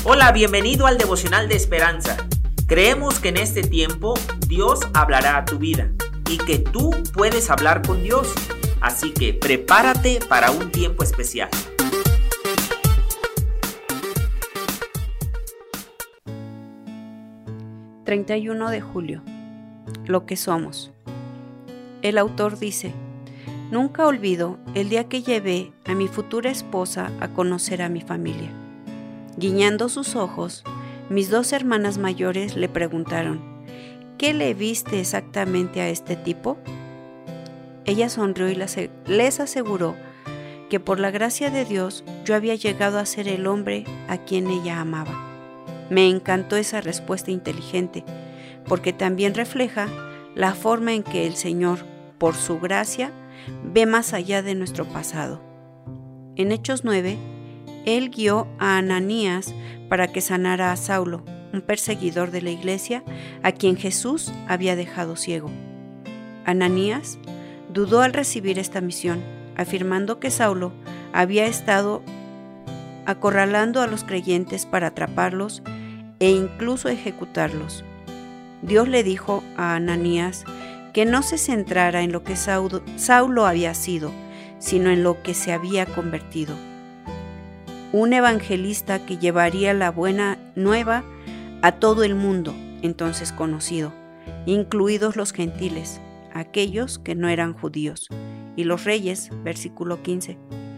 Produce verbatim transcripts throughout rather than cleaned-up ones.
Hola, bienvenido al Devocional de Esperanza. Creemos que en este tiempo Dios hablará a tu vida y que tú puedes hablar con Dios. Así que prepárate para un tiempo especial. treinta y uno de julio. Lo que somos. El autor dice: nunca olvido el día que llevé a mi futura esposa a conocer a mi familia. Guiñando sus ojos, mis dos hermanas mayores le preguntaron: ¿qué le viste exactamente a este tipo? Ella sonrió y les aseguró que por la gracia de Dios yo había llegado a ser el hombre a quien ella amaba. Me encantó esa respuesta inteligente, porque también refleja la forma en que el Señor, por su gracia, ve más allá de nuestro pasado. En Hechos nueve, Él guió a Ananías para que sanara a Saulo, un perseguidor de la iglesia a quien Jesús había dejado ciego. Ananías dudó al recibir esta misión, afirmando que Saulo había estado acorralando a los creyentes para atraparlos e incluso ejecutarlos. Dios le dijo a Ananías que no se centrara en lo que Saulo, Saulo había sido, sino en lo que se había convertido. Un evangelista que llevaría la buena nueva a todo el mundo entonces conocido, incluidos los gentiles, aquellos que no eran judíos, y los reyes, versículo quince.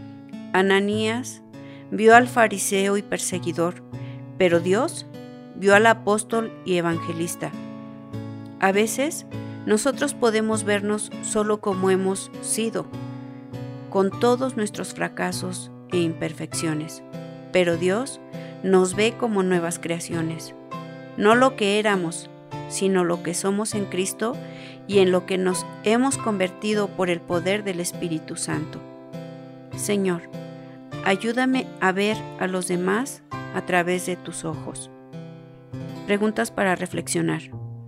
Ananías vio al fariseo y perseguidor, pero Dios vio al apóstol y evangelista. A veces nosotros podemos vernos solo como hemos sido, con todos nuestros fracasos e imperfecciones, pero Dios nos ve como nuevas creaciones, no lo que éramos, sino lo que somos en Cristo y en lo que nos hemos convertido por el poder del Espíritu Santo. Señor, ayúdame a ver a los demás a través de tus ojos. Preguntas para reflexionar.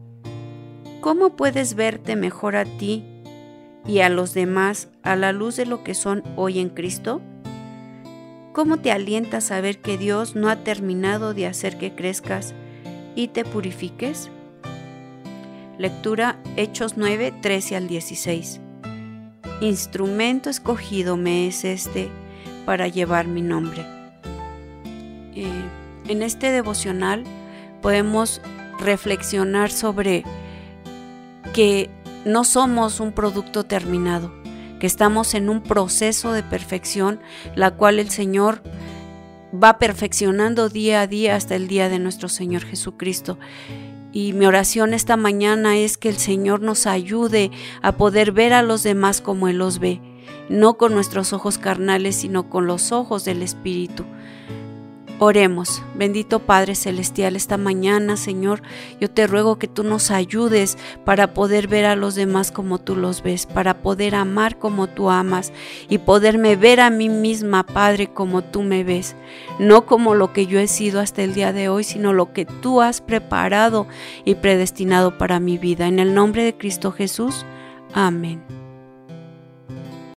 ¿Cómo puedes verte mejor a ti y a los demás a la luz de lo que son hoy en Cristo? ¿Cómo te alienta saber que Dios no ha terminado de hacer que crezcas y te purifiques? Lectura Hechos nueve, trece al dieciséis. Instrumento escogido me es este para llevar mi nombre. Eh, en este devocional podemos reflexionar sobre que no somos un producto terminado, que estamos en un proceso de perfección, la cual el Señor va perfeccionando día a día hasta el día de nuestro Señor Jesucristo. Y mi oración esta mañana es que el Señor nos ayude a poder ver a los demás como Él los ve, no con nuestros ojos carnales, sino con los ojos del Espíritu. Oremos. Bendito Padre Celestial, esta mañana, Señor, yo te ruego que tú nos ayudes para poder ver a los demás como tú los ves, para poder amar como tú amas y poderme ver a mí misma, Padre, como tú me ves, no como lo que yo he sido hasta el día de hoy, sino lo que tú has preparado y predestinado para mi vida. En el nombre de Cristo Jesús, amén.